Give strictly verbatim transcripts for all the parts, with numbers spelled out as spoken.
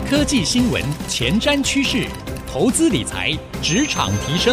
科技新闻、前瞻趋势、投资理财、职场提升。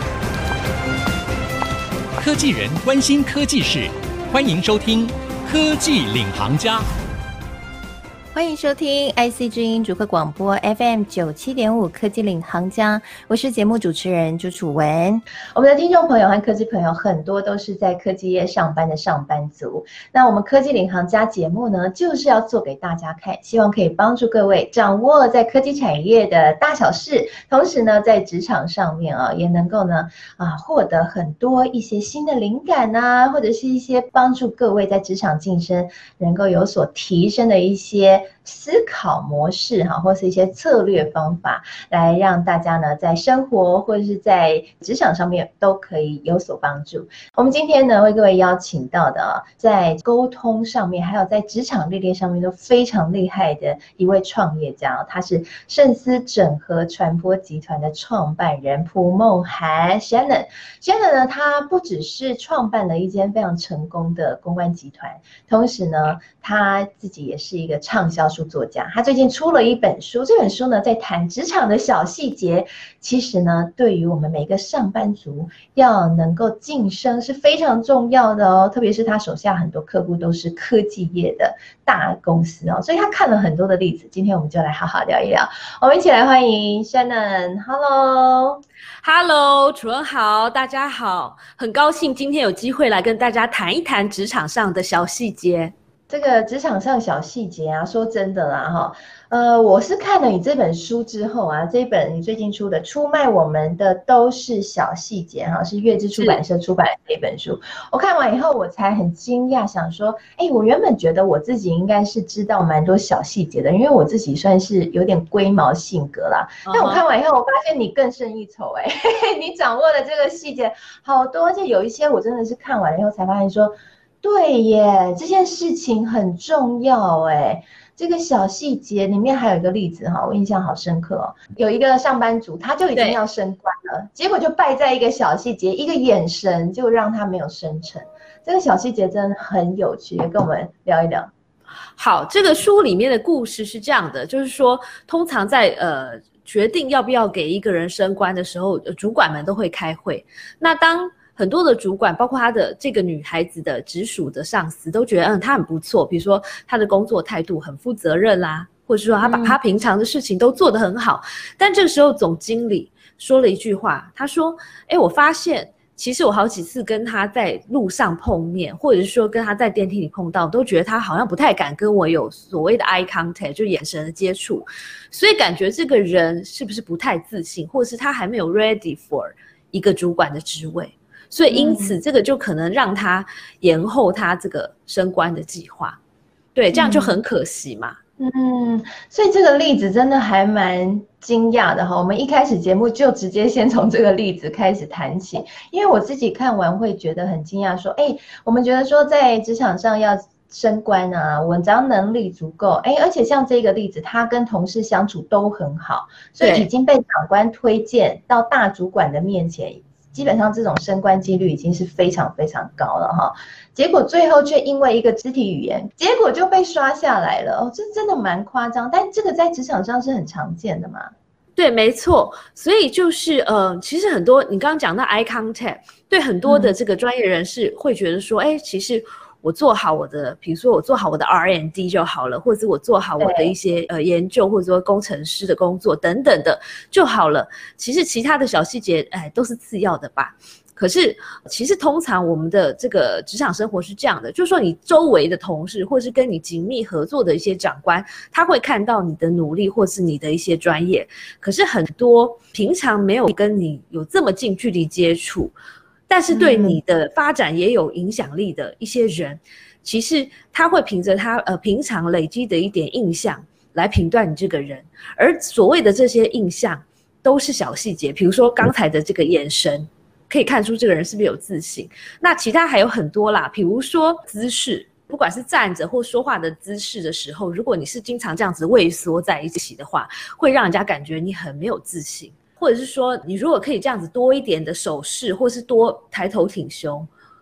科技人关心科技事，欢迎收听《科技领航家》。 欢迎收听 I C 之音主客广播 F M 九七点五科技领航家，我是节目主持人朱楚文。我们的听众朋友和科技朋友很多都是在科技业上班的上班族，那我们科技领航家节目呢，就是要做给大家看，希望可以帮助各位掌握在科技产业的大小事，同时呢，在职场上面啊，也能够呢啊获得很多一些新的灵感啊，或者是一些帮助各位在职场晋升能够有所提升的一些思考模式哈，或是一些策略方法，来让大家呢在生活或者是在职场上面都可以有所帮助。我们今天呢为各位邀请到的啊，在沟通上面还有在职场历练上面都非常厉害的一位创业家，他是盛思整合传播集团的创办人蒲梦涵 Shannon。Shannon 呢，他不只是创办了一间非常成功的公关集团，同时呢，他自己也是一个畅销书作家，他最近出了一本书，这本书呢在谈职场的小细节，其实呢对于我们每个上班族要能够晋升是非常重要的哦，特别是他手下很多客户都是科技业的大公司哦，所以他看了很多的例子，今天我们就来好好聊一聊。我们一起来欢迎 Shannon。 Hello Hello， 楚文好，大家好，很高兴今天有机会来跟大家谈一谈职场上的小细节。 这个职场上小细节啊，说真的啦哈，呃，我是看了你这本书之后啊，这本你最近出的《出卖我们的都是小细节》哈，是月之出版社出版的这本书。我看完以后，我才很惊讶，想说，哎，我原本觉得我自己应该是知道蛮多小细节的，因为我自己算是有点龟毛性格啦。Uh-huh. 但我看完以后，我发现你更胜一筹，哎，你掌握的这个细节好多，而且有一些我真的是看完了以后才发现说。对耶，这件事情很重要哎。这个小细节里面还有一个例子哈，我印象好深刻哦。有一个上班族，他就已经要升官了，结果就败在一个小细节，一个眼神就让他没有升成。这个小细节真的很有趣，跟我们聊一聊。 好，这个书里面的故事是这样的，就是说，通常在呃决定要不要给一个人升官的时候，主管们都会开会。那当很多的主管，包括她的这个女孩子的直属的上司，都觉得嗯她很不错，比如说她的工作态度很负责任啦，或者说她把她平常的事情都做得很好。嗯、但这个时候总经理说了一句话，他说：“哎，我发现其实我好几次跟他在路上碰面，或者是说跟他在电梯里碰到，都觉得他好像不太敢跟我有所谓的 eye contact， 就眼神的接触，所以感觉这个人是不是不太自信，或者是他还没有 ready for 一个主管的职位。”所以因此这个就可能让他延后他这个升官的计划，对，这样就很可惜嘛。 嗯，所以这个例子真的还蛮惊讶的哈。我们一开始节目就直接先从这个例子开始谈起，因为我自己看完会觉得很惊讶，说，哎，我们觉得说在职场上要升官啊，我只要能力足够，哎，而且像这个例子，他跟同事相处都很好，所以已经被长官推荐到大主管的面前。基本上这种升官几率已经是非常非常高了哈，结果最后却因为一个肢体语言，结果就被刷下来了哦，这真的蛮夸张，但这个在职场上是很常见的嘛？ 对，没错，所以就是呃，其实很多你刚刚讲到 eye contact， 对很多的这个专业人士会觉得说，哎、嗯，其实。我做好我的，比如说我做好我的 R and D 就好了，或者是我做好我的一些呃研究，或者说工程师的工作等等的就好了。其实其他的小细节，哎，都是次要的吧。可是其实通常我们的这个职场生活是这样的，就是说你周围的同事，或是跟你紧密合作的一些长官，他会看到你的努力，或是你的一些专业。可是很多平常没有跟你有这么近距离接触。但是对你的发展也有影响力的一些人，嗯、其实他会凭着他呃平常累积的一点印象来评断你这个人，而所谓的这些印象都是小细节，比如说刚才的这个眼神，可以看出这个人是不是有自信。那其他还有很多啦，比如说姿势，不管是站着或说话的姿势的时候，如果你是经常这样子畏缩在一起的话，会让人家感觉你很没有自信。或者是说你如果可以这样子多一点的手势，或是多抬头挺胸，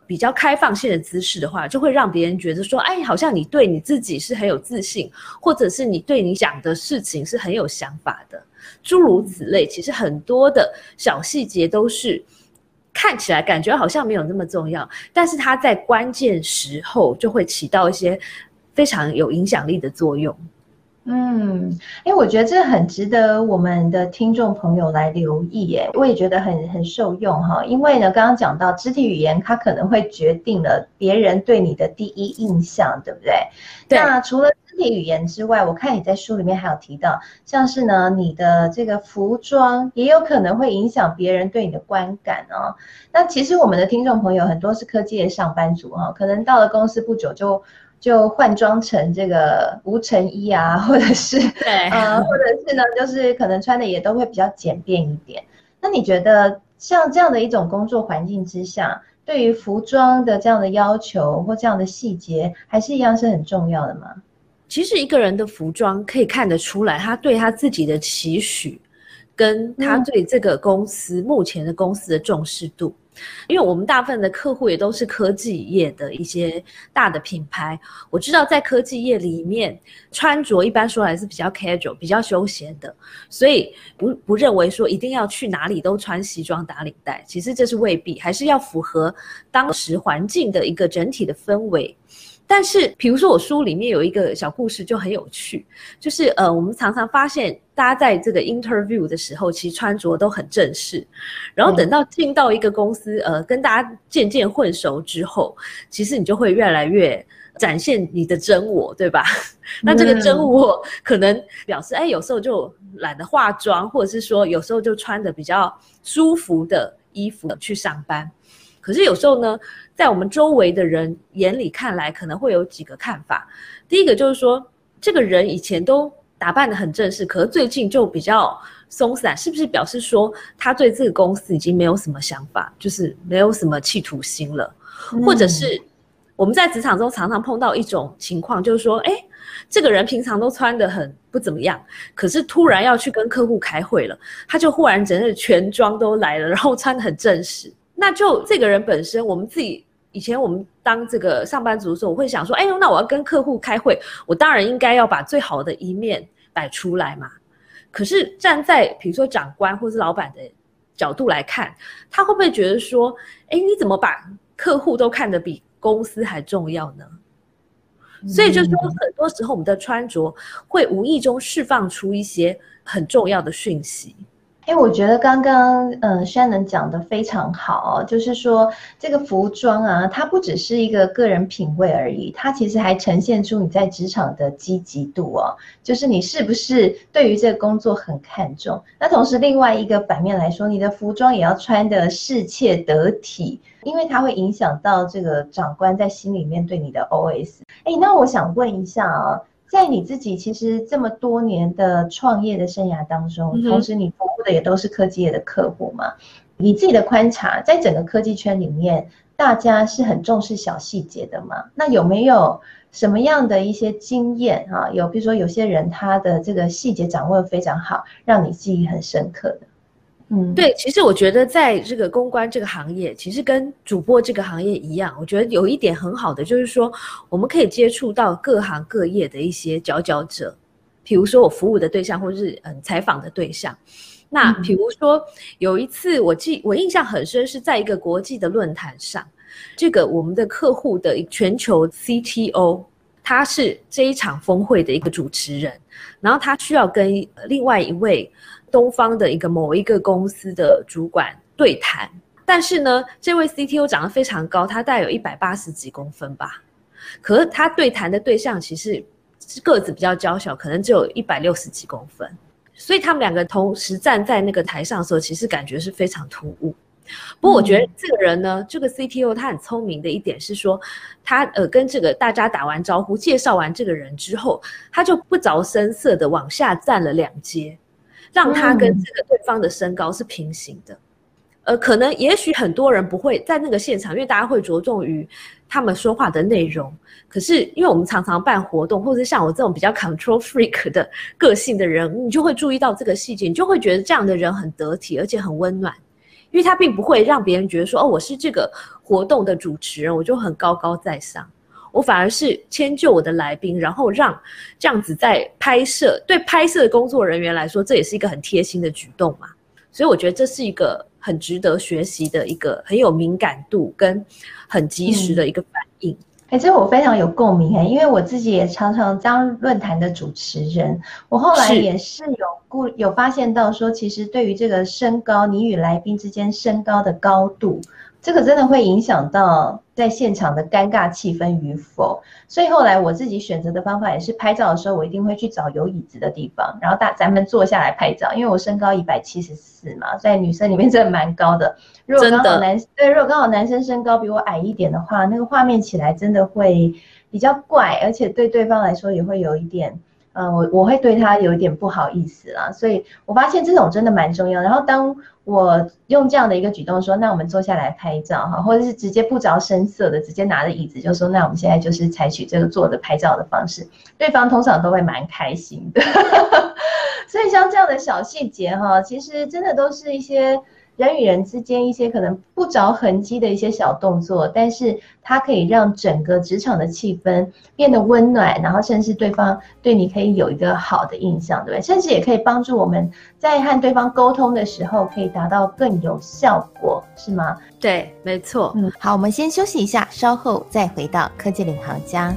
比较开放性的姿势的话，就会让别人觉得说，哎，好像你对你自己是很有自信，或者是你对你讲的事情是很有想法的，诸如此类。其实很多的小细节都是看起来感觉好像没有那么重要，但是它在关键时候就会起到一些非常有影响力的作用。 嗯，哎，我觉得这很值得我们的听众朋友来留意耶，我也觉得很很受用哈。因为呢，刚刚讲到肢体语言，它可能会决定了别人对你的第一印象，对不对？ 对。 那除了肢体语言之外，我看你在书里面还有提到，像是呢，你的这个服装也有可能会影响别人对你的观感哦。那其实我们的听众朋友很多是科技的上班族哈，可能到了公司不久就。就换装成这个无尘衣啊，或者是呃，或者是呢，就是可能穿的也都会比较简便一点。那你觉得像这样的一种工作环境之下，对于服装的这样的要求或这样的细节，还是一样是很重要的吗？ 其实一个人的服装可以看得出来，他对他自己的期许，跟他对这个公司、嗯、目前的公司的重视度。因为我们大部分的客户也都是科技业的一些大的品牌，我知道在科技业里面穿着一般说来是比较 casual 比较休闲的，所以不不认为说一定要去哪里都穿西装打领带，其实这是未必，还是要符合当时环境的一个整体的氛围。但是比如说我书里面有一个小故事就很有趣，就是呃，我们常常发现大家在这个 interview 的时候其实穿着都很正式，然后等到进到一个公司呃，跟大家渐渐混熟之后，其实你就会越来越展现你的真我，对吧？那这个真我可能表示哎，有时候就懒得化妆，或者是说有时候就穿的比较舒服的衣服去上班。可是有时候呢，在我们周围的人眼里看来可能会有几个看法。第一个就是说，这个人以前都打扮得很正式，可是最近就比较松散，是不是表示说他对这个公司已经没有什么想法，就是没有什么企图心了？嗯、或者是我们在职场中常常碰到一种情况，就是说，哎，这个人平常都穿得很不怎么样，可是突然要去跟客户开会了，他就忽然整个全妆都来了，然后穿得很正式。那就这个人本身，我们自己以前我们当这个上班族的时候，我会想说，哎，那我要跟客户开会，我当然应该要把最好的一面摆出来嘛。可是站在比如说长官或是老板的角度来看，他会不会觉得说，哎，你怎么把客户都看得比公司还重要呢？所以就是说，很多时候我们的穿着会无意中释放出一些很重要的讯息。 哎，我觉得刚刚嗯 Shannon 讲的非常好哦，就是说这个服装啊，它不只是一个个人品味而已，它其实还呈现出你在职场的积极度哦，就是你是不是对于这个工作很看重。那同时另外一个反面来说，你的服装也要穿得适切得体，因为它会影响到这个长官在心里面对你的 O S。哎，那我想问一下啊，在你自己其实这么多年的创业的生涯当中，嗯、同时你服务的也都是科技业的客户嘛，你自己的观察，在整个科技圈里面，大家是很重视小细节的吗？那有没有什么样的一些经验啊？有比如说有些人他的这个细节掌握得非常好，让你记忆很深刻的。 嗯，对，其实我觉得在这个公关这个行业，其实跟主播这个行业一样，我觉得有一点很好的就是说，我们可以接触到各行各业的一些佼佼者，比如说我服务的对象，或是嗯采访的对象。那比如说有一次我记我印象很深，是在一个国际的论坛上，这个我们的客户的全球 C T O， 他是这一场峰会的一个主持人，然后他需要跟另外一位东方的一个某一个公司的主管对谈，但是呢，这位 C T O 长得非常高，他大概有一百八十几公分吧，可是他对谈的对象其实个子比较娇小，可能只有一百六十几公分，所以他们两个同时站在那个台上的时候，其实感觉是非常突兀。不过我觉得这个人呢，嗯、这个 C T O 他很聪明的一点是说，他呃跟这个大家打完招呼，介绍完这个人之后，他就不着声色的往下站了两阶，让他跟这个对方的身高是平行的。呃，可能也许很多人不会在那个现场，因为大家会着重于他们说话的内容。可是因为我们常常办活动，或者像我这种比较 control freak 的个性的人，你就会注意到这个细节，你就会觉得这样的人很得体，而且很温暖。 因为他并不会让别人觉得说，哦，我是这个活动的主持人，我就很高高在上。我反而是迁就我的来宾，然后让这样子在拍摄，对拍摄的工作人员来说，这也是一个很贴心的举动嘛。所以我觉得这是一个很值得学习的一个很有敏感度跟很及时的一个反应。 哎、欸，这我非常有共鸣哎、欸，因为我自己也常常当论坛的主持人，我后来也是有顾有发现到说，其实对于这个身高，你与来宾之间身高的高度，这个真的会影响到在现场的尴尬气氛与否。所以后来我自己选择的方法也是，拍照的时候我一定会去找有椅子的地方，然后大咱们坐下来拍照。因为我身高一百七十四嘛，在女生里面真的蛮高的。如果刚好男对，如果刚好男生身高比我矮一点的话，那个画面起来真的会比较怪，而且对对方来说也会有一点。嗯，我我会对他有一点不好意思啦，所以我发现这种真的蛮重要。然后当我用这样的一个举动说，那我们坐下来拍照哈，或者是直接不着声色的直接拿着椅子就说，那我们现在就是采取这个坐着拍照的方式，对方通常都会蛮开心的。所以像这样的小细节哈，其实真的都是一些人与人之间一些可能不着痕迹的一些小动作，但是它可以让整个职场的气氛变得温暖，然后甚至对方对你可以有一个好的印象，对不对？甚至也可以帮助我们在和对方沟通的时候可以达到更有效果，是吗？ 对，没错。 嗯，好，我们先休息一下，稍后再回到科技领航家。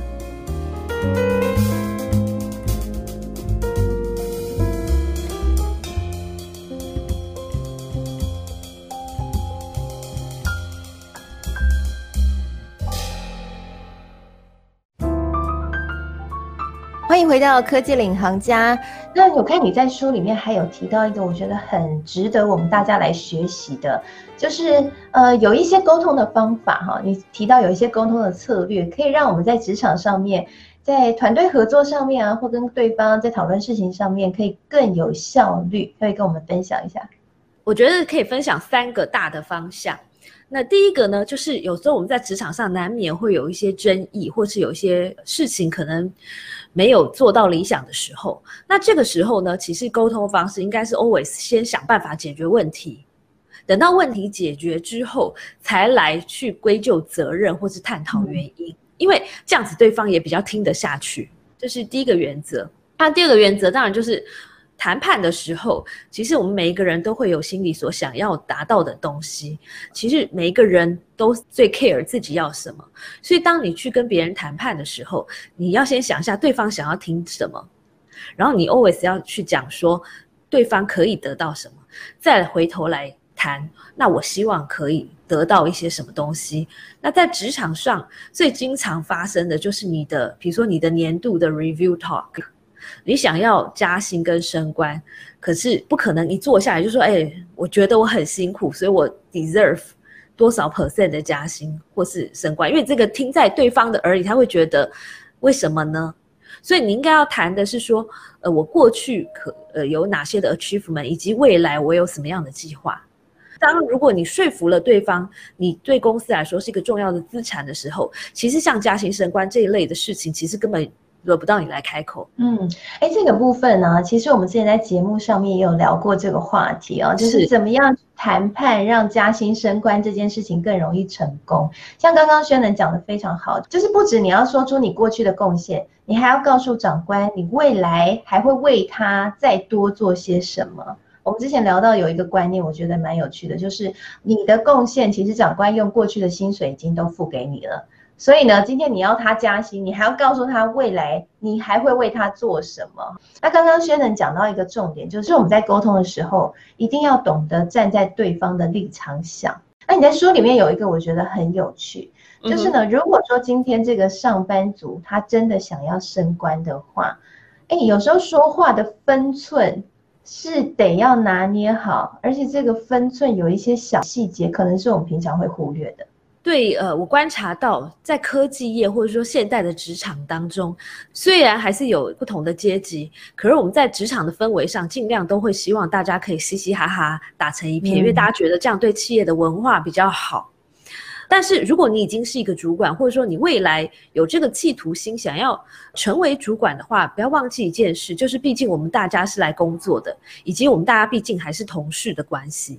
欢迎回到科技领航家。那我看你在书里面还有提到一个我觉得很值得我们大家来学习的，就是呃有一些沟通的方法哈，你提到有一些沟通的策略，可以让我们在职场上面，在团队合作上面啊，或跟对方在讨论事情上面可以更有效率，可以跟我们分享一下？ 我觉得可以分享三个大的方向。那第一个呢，就是有时候我们在职场上难免会有一些争议，或是有一些事情可能没有做到理想的时候，那这个时候呢，其实沟通方式应该是 always 先想办法解决问题，等到问题解决之后才来去归咎责任或是探讨原因、嗯、因为这样子对方也比较听得下去，这是第一个原则。那第二个原则当然就是谈判的时候，其实我们每一个人都会有心里所想要达到的东西，其实每一个人都最 care 自己要什么，所以当你去跟别人谈判的时候，你要先想一下对方想要听什么，然后你 always 要去讲说对方可以得到什么，再回头来谈那我希望可以得到一些什么东西。那在职场上最经常发生的就是你的比如说你的年度的 review talk，你想要加薪跟升官，可是不可能一坐下来就说哎、欸，我觉得我很辛苦，所以我 deserve 多少 percent 的加薪或是升官，因为这个听在对方的耳里，他会觉得为什么呢？所以你应该要谈的是说呃，我过去可呃有哪些的 achievement， 以及未来我有什么样的计划。当如果你说服了对方你对公司来说是一个重要的资产的时候，其实像加薪升官这一类的事情其实根本轮不到你来开口。 嗯，哎，这个部分呢，其实我们之前在节目上面也有聊过这个话题哦，就是怎么样谈判让加薪升官这件事情更容易成功。像刚刚轩能讲的非常好，就是不止你要说出你过去的贡献，你还要告诉长官你未来还会为他再多做些什么。我们之前聊到有一个观念，我觉得蛮有趣的，就是你的贡献其实长官用过去的薪水已经都付给你了，所以呢，今天你要他加薪，你还要告诉他未来你还会为他做什么。那刚刚轩能讲到一个重点，就是我们在沟通的时候一定要懂得站在对方的立场想。那你在书里面有一个我觉得很有趣，就是呢，如果说今天这个上班族他真的想要升官的话，哎，有时候说话的分寸是得要拿捏好，而且这个分寸有一些小细节可能是我们平常会忽略的。 对，呃，我观察到在科技业或者说现代的职场当中，虽然还是有不同的阶级，可是我们在职场的氛围上尽量都会希望大家可以嘻嘻哈哈打成一片、嗯、因为大家觉得这样对企业的文化比较好。但是如果你已经是一个主管，或者说你未来有这个企图心想要成为主管的话，不要忘记一件事，就是毕竟我们大家是来工作的，以及我们大家毕竟还是同事的关系。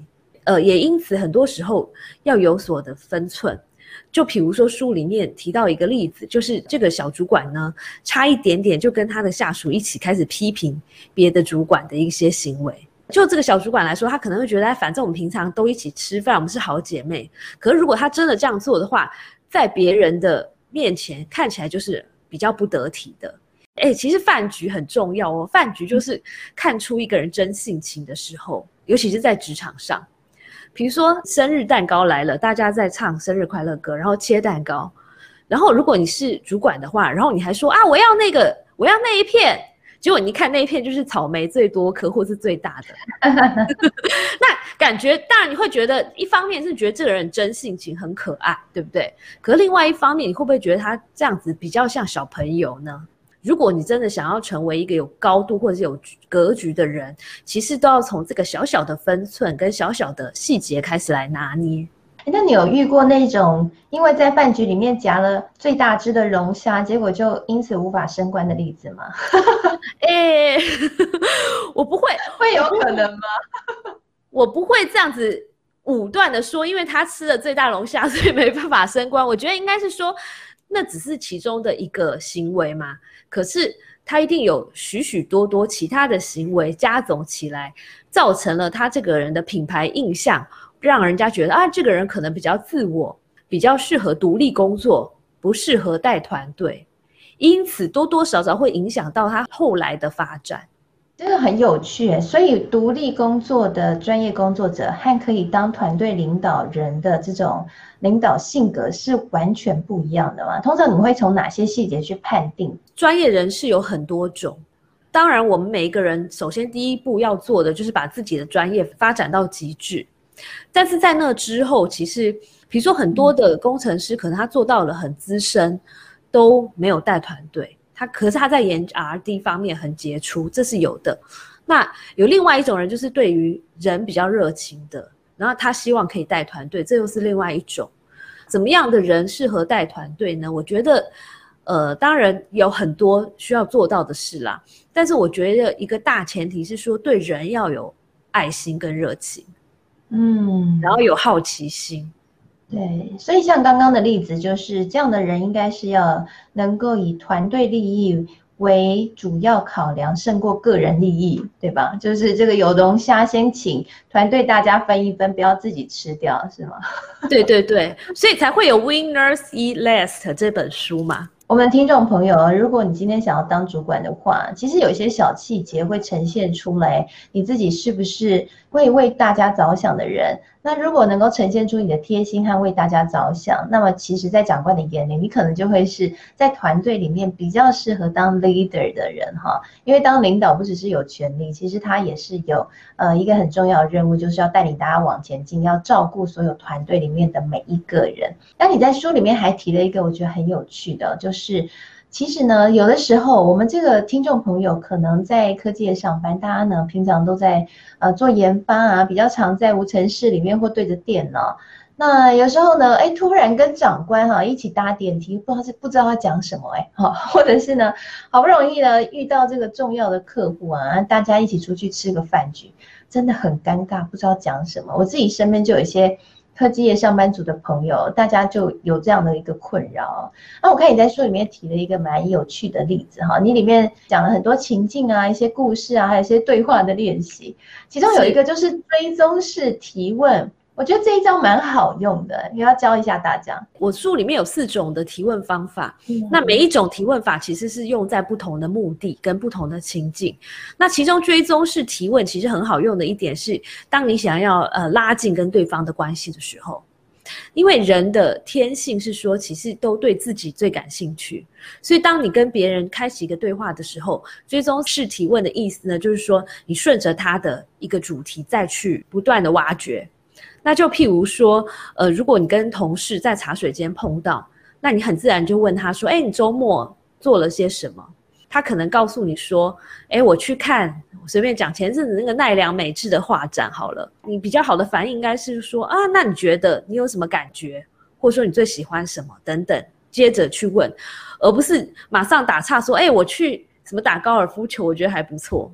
呃，也因此很多时候要有所的分寸。就比如说书里面提到一个例子，就是这个小主管呢，差一点点就跟他的下属一起开始批评别的主管的一些行为。就这个小主管来说，他可能会觉得反正我们平常都一起吃饭，我们是好姐妹，可是如果他真的这样做的话，在别人的面前看起来就是比较不得体的。欸，其实饭局很重要哦，饭局就是看出一个人真性情的时候，尤其是在职场上。比如说生日蛋糕来了，大家在唱生日快乐歌，然后切蛋糕，然后如果你是主管的话，然后你还说啊我要那个我要那一片，结果你一看那一片就是草莓最多颗或是最大的那感觉当然你会觉得一方面是觉得这个人真性情很可爱，对不对？可是另外一方面你会不会觉得他这样子比较像小朋友呢？如果你真的想要成为一个有高度或者是有格局的人，其实都要从这个小小的分寸跟小小的细节开始来拿捏。 那你有遇过那种因为在饭局里面夹了最大只的龙虾，结果就因此无法升官的例子吗？ 欸我不会会有可能吗？ 我不会这样子武断的说因为他吃了最大龙虾所以没办法升官，我觉得应该是说那只是其中的一个行为嘛，可是他一定有许许多多其他的行为加总起来，造成了他这个人的品牌印象，让人家觉得啊，这个人可能比较自我，比较适合独立工作，不适合带团队，因此多多少少会影响到他后来的发展。 这个很有趣，所以独立工作的专业工作者和可以当团队领导人的这种领导性格是完全不一样的嘛？通常你会从哪些细节去判定？ 专业人士有很多种，当然我们每一个人首先第一步要做的就是把自己的专业发展到极致，但是在那之后，其实比如说很多的工程师可能他做到了很资深，都没有带团队，他可是他在研 R and D 方面很杰出，这是有的。那有另外一种人就是对于人比较热情的，然后他希望可以带团队，这又是另外一种。怎么样的人适合带团队呢？我觉得呃，当然有很多需要做到的事啦，但是我觉得一个大前提是说对人要有爱心跟热情，嗯，然后有好奇心。 对，所以像刚刚的例子，就是这样的人应该是要能够以团队利益为主要考量，胜过个人利益，对吧？就是这个有龙虾先请团队大家分一分，不要自己吃掉，是吗？ 对对对，所以才会有 Winners Eat Last 这本书嘛。 我们的听众朋友，如果你今天想要当主管的话，其实有一些小细节会呈现出来，你自己是不是会为大家着想的人。那如果能够呈现出你的贴心和为大家着想，那么其实在长官的眼里，你可能就会是在团队里面比较适合当 leader 的人哈。因为当领导不只是有权利，其实他也是有呃一个很重要的任务，就是要带领大家往前进，要照顾所有团队里面的每一个人。那你在书里面还提了一个我觉得很有趣的，就是其实呢，有的时候我们这个听众朋友可能在科技业上班，大家呢平常都在呃做研发啊，比较常在无尘室里面或对着电脑。那有时候呢，哎，突然跟长官哈、啊、一起搭电梯，不知道是不知道要讲什么哎，哈，或者是呢，好不容易呢遇到这个重要的客户啊，大家一起出去吃个饭局，真的很尴尬，不知道讲什么。我自己身边就有一些科技业上班族的朋友，大家就有这样的一个困扰。那我看你在书里面提了一个蛮有趣的例子哈，你里面讲了很多情境啊，一些故事啊，还有一些对话的练习，其中有一个就是追踪式提问。我觉得这一招蛮好用的，你要教一下大家。 我书里面有四种的提问方法、嗯、那每一种提问法其实是用在不同的目的跟不同的情境。那其中追踪式提问其实很好用的一点是，当你想要呃拉近跟对方的关系的时候，因为人的天性是说其实都对自己最感兴趣，所以当你跟别人开启一个对话的时候，追踪式提问的意思呢，就是说你顺着他的一个主题再去不断的挖掘。那就譬如说呃，如果你跟同事在茶水间碰到，那你很自然就问他说，哎，你周末做了些什么？他可能告诉你说，哎，我去看，我随便讲前阵子那个奈良美智的画展好了。你比较好的反应应该是说，啊，那你觉得你有什么感觉？或者说你最喜欢什么等等，接着去问，而不是马上打岔说，哎，我去什么打高尔夫球，我觉得还不错。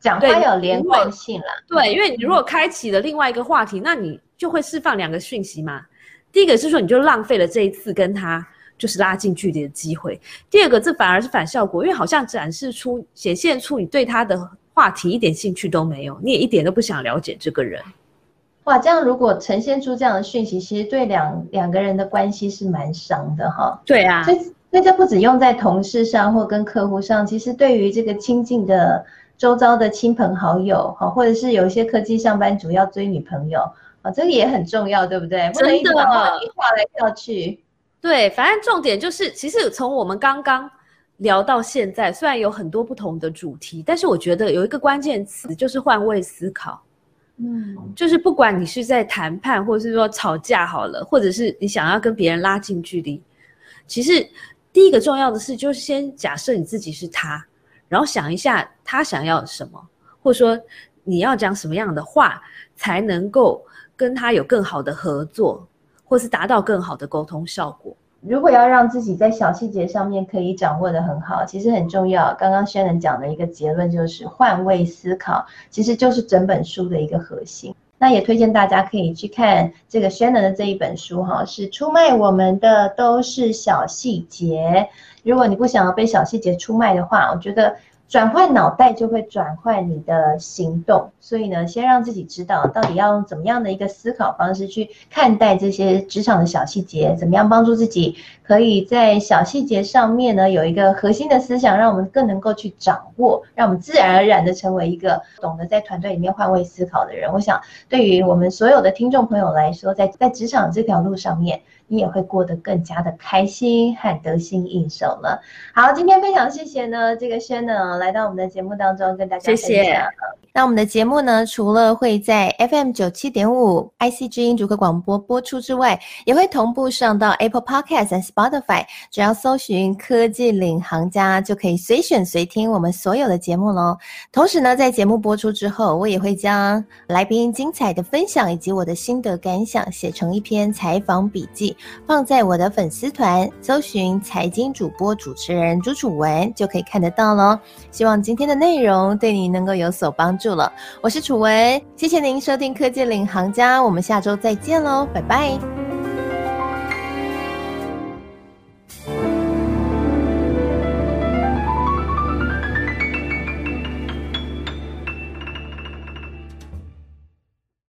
讲话有连贯性啦。 对，因为你如果开启了另外一个话题，那你就会释放两个讯息嘛。第一个是说你就浪费了这一次跟他就是拉近距离的机会，第二个这反而是反效果，因为好像展示出显现出你对他的话题一点兴趣都没有，你也一点都不想了解这个人。 哇，这样如果呈现出这样的讯息，其实对两两个人的关系是蛮伤的哈。 对啊， 所以所以这不只用在同事上或跟客户上，其实对于这个亲近的周遭的亲朋好友哈，或者是有一些科技上班族要追女朋友啊，这个也很重要，对不对？不能一直把话题跳来跳去。 对，反正重点就是，其实从我们刚刚聊到现在，虽然有很多不同的主题，但是我觉得有一个关键词就是换位思考。嗯，就是不管你是在谈判，或者是说吵架好了，或者是你想要跟别人拉近距离，其实第一个重要的事就是先假设你自己是他，然后想一下他想要什么，或者说你要讲什么样的话才能够跟他有更好的合作，或是达到更好的沟通效果。 如果要让自己在小细节上面可以掌握得很好，其实很重要。刚刚Shannon讲的一个结论就是换位思考，其实就是整本书的一个核心。那也推荐大家可以去看这个Shannon的这一本书哈，是出卖我们的都是小细节。如果你不想要被小细节出卖的话，我觉得转换脑袋就会转换你的行动，所以呢，先让自己知道到底要用怎么样的一个思考方式去看待这些职场的小细节，怎么样帮助自己可以在小细节上面呢有一个核心的思想，让我们更能够去掌握，让我们自然而然的成为一个懂得在团队里面换位思考的人。我想对于我们所有的听众朋友来说，在在职场这条路上面，你也会过得更加的开心和得心应手了。好，今天非常谢谢呢这个Shannon来到我们的节目当中跟大家分享。 谢谢。 那我们的节目呢，除了会在 F M 九七点五 I C 之音逐客广播播出之外，也会同步上到 Apple Podcast 和 Spotify， 只要搜寻科技领航家就可以随选随听我们所有的节目咯。同时呢，在节目播出之后，我也会将来宾精彩的分享以及我的心得感想写成一篇采访笔记，放在我的粉丝团，搜寻财经主播主持人朱楚文就可以看得到咯。希望今天的内容对你能够有所帮助了。我是楚文，谢谢您收听科技领航家，我们下周再见咯，拜拜。